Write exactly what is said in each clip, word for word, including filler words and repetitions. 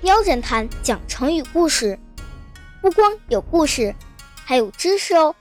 喵侦探讲成语故事，不光有故事，还有知识哦。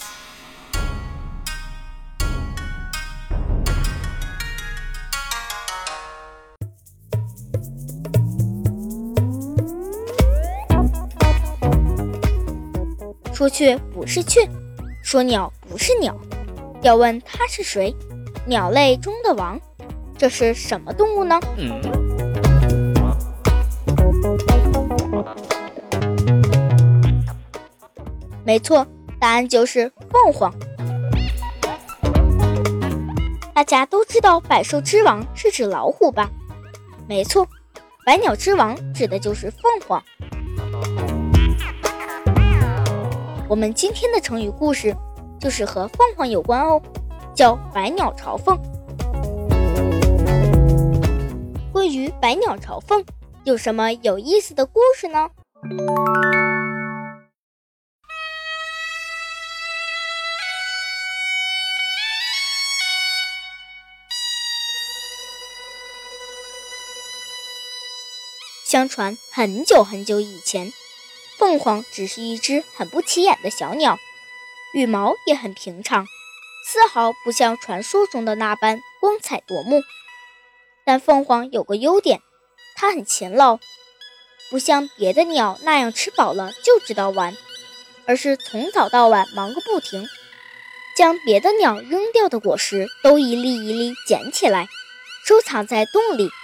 说雀不是雀，说鸟不是鸟，要问它是谁？鸟类中的王，这是什么动物呢？嗯没错，答案就是凤凰。大家都知道百兽之王是指老虎吧？没错，百鸟之王指的就是凤凰。我们今天的成语故事就是和凤凰有关哦，叫百鸟朝凤。关于百鸟朝凤有什么有意思的故事呢？相传很久很久以前，凤凰只是一只很不起眼的小鸟，羽毛也很平常，丝毫不像传说中的那般光彩夺目。但凤凰有个优点，它很勤劳，不像别的鸟那样吃饱了就知道玩，而是从早到晚忙个不停，将别的鸟扔掉的果实都一粒一粒捡起来，收藏在洞里。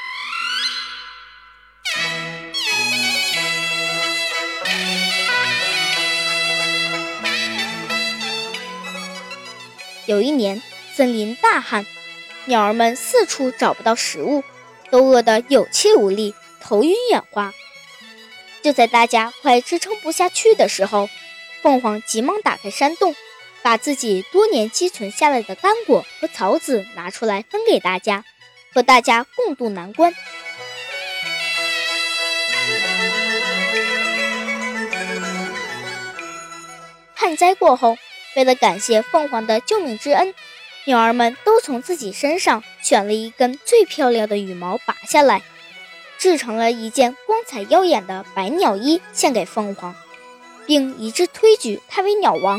有一年，森林大旱，鸟儿们四处找不到食物，都饿得有气无力，头晕眼花。就在大家快支撑不下去的时候，凤凰急忙打开山洞，把自己多年积存下来的干果和草籽拿出来分给大家，和大家共度难关。旱灾过后，为了感谢凤凰的救命之恩，鸟儿们都从自己身上选了一根最漂亮的羽毛拔下来，制成了一件光彩耀眼的百鸟衣献给凤凰，并一致推举它为鸟王。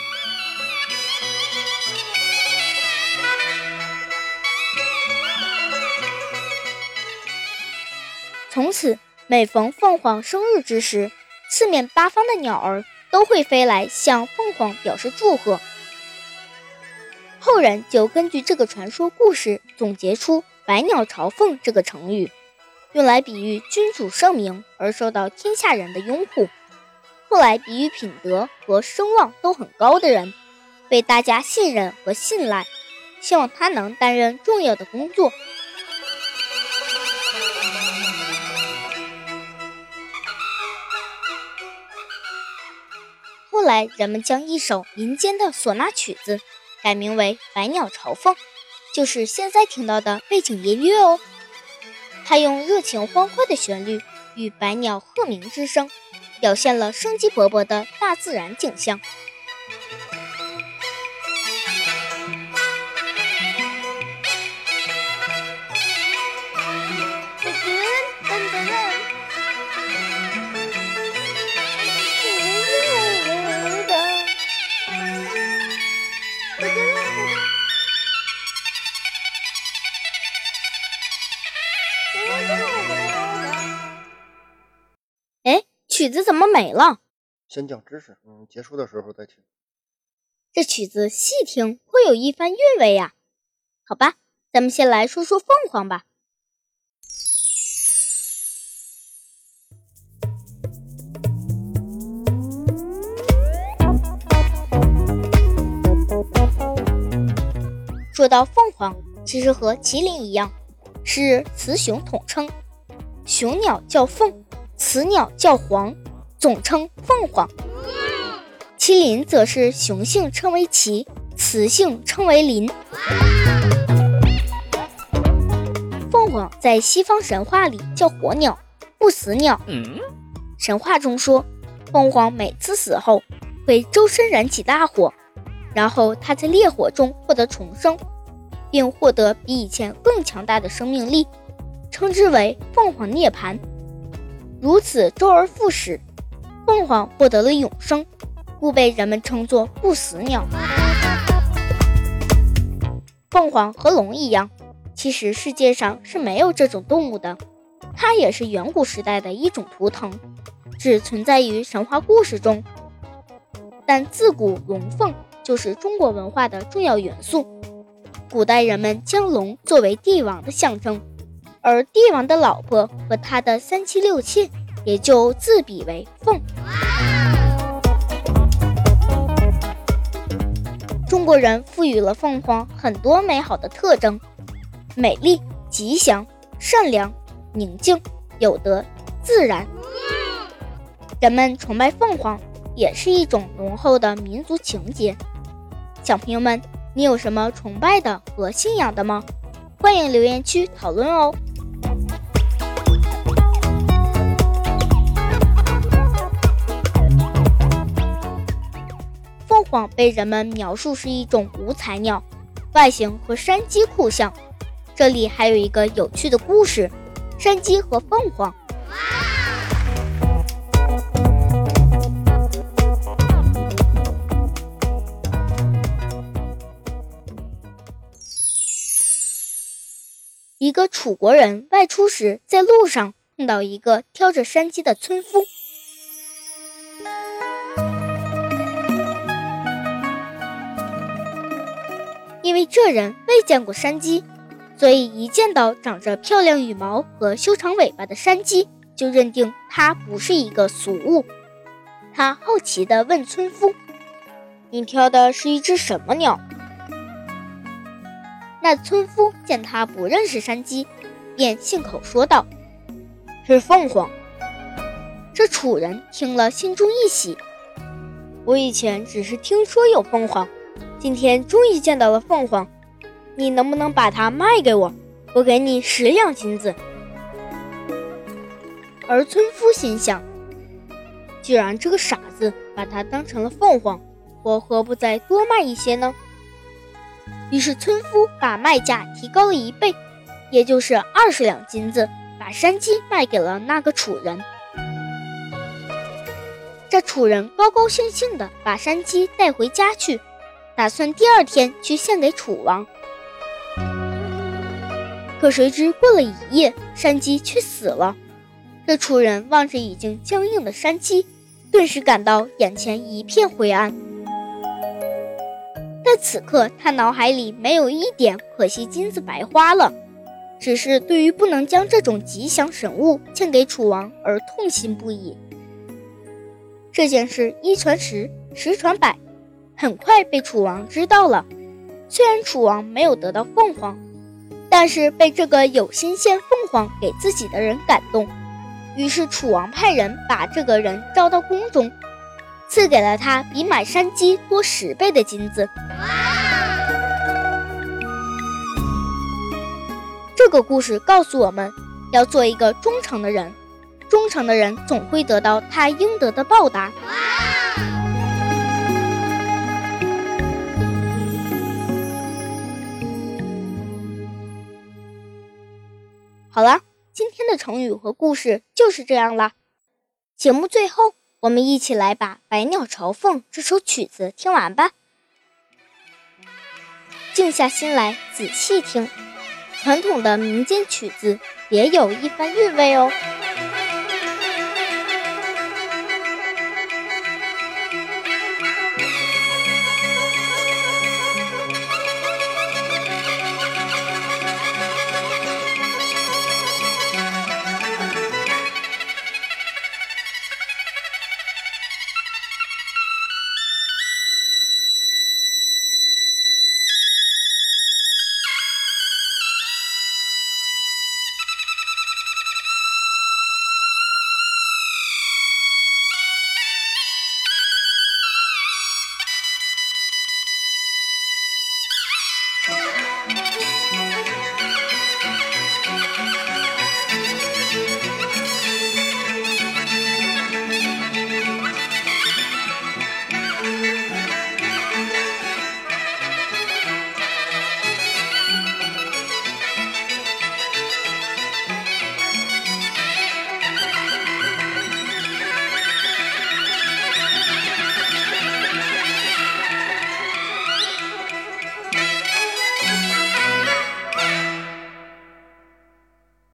从此，每逢凤凰生日之时，四面八方的鸟儿都会飞来向凤凰表示祝贺。后人就根据这个传说故事总结出百鸟朝凤这个成语，用来比喻君主圣明而受到天下人的拥护，后来比喻品德和声望都很高的人，被大家信任和信赖，希望他能担任重要的工作。后来人们将一首民间的唢呐曲子改名为百鸟朝凤，就是现在听到的背景音乐哦。它用热情欢快的旋律与百鸟鹤鸣之声，表现了生机勃勃的大自然景象。哎，曲子怎么没了？ 先讲知识，嗯，结束的时候再听。 这曲子细听颇有一番韵味呀。好吧，咱们先来说说凤凰吧。说到凤凰，其实和麒麟一样，是雌雄统称，雄鸟叫凤，雌鸟叫凰，总称凤凰。麒麟则是雄性称为麒，雌性称为麟。凤凰在西方神话里叫火鸟，不死鸟。神话中说，凤凰每次死后会周身燃起大火，然后它在烈火中获得重生，并获得比以前更强大的生命力，称之为凤凰涅槃。 如此周而复始，凤凰获得了永生，故被人们称作不死鸟。凤凰和龙一样，其实世界上是没有这种动物的，它也是远古时代的一种图腾，只存在于神话故事中。但自古龙凤就是中国文化的重要元素，古代人们将龙作为帝王的象征，而帝王的老婆和他的三妻六妾也就自比为凤。中国人赋予了凤凰很多美好的特征，美丽、吉祥、善良、宁静、有德、自然。人们崇拜凤凰也是一种浓厚的民族情结。小朋友们，你有什么崇拜的和信仰的吗？欢迎留言区讨论哦。凤凰被人们描述是一种五彩鸟，外形和山鸡酷像。这里还有一个有趣的故事，山鸡和凤凰。一个楚国人外出时，在路上碰到一个挑着山鸡的村夫。因为这人未见过山鸡，所以一见到长着漂亮羽毛和修长尾巴的山鸡，就认定它不是一个俗物。他好奇地问村夫：“你挑的是一只什么鸟？”那村夫见他不认识山鸡，便信口说道：“是凤凰。”这楚人听了心中一喜：“我以前只是听说有凤凰，今天终于见到了凤凰，你能不能把它卖给我？我给你十两金子。”而村夫心想，既然这个傻子把它当成了凤凰，我何不再多卖一些呢？于是村夫把卖价提高了一倍，也就是二十两金子，把山鸡卖给了那个楚人。这楚人高高兴兴地把山鸡带回家去，打算第二天去献给楚王。可谁知过了一夜，山鸡却死了。这楚人望着已经僵硬的山鸡，顿时感到眼前一片灰暗。但此刻他脑海里没有一点可惜金子白花了，只是对于不能将这种吉祥神物献给楚王而痛心不已。这件事一传十，十传百，很快被楚王知道了。虽然楚王没有得到凤凰，但是被这个有心献凤凰给自己的人感动，于是楚王派人把这个人招到宫中，赐给了他比买山鸡多十倍的金子。这个故事告诉我们，要做一个忠诚的人，忠诚的人总会得到他应得的报答。好了，今天的成语和故事就是这样啦。节目最后，我们一起来把《百鸟朝凤》这首曲子听完吧。静下心来仔细听，传统的民间曲子别有一番韵味哦。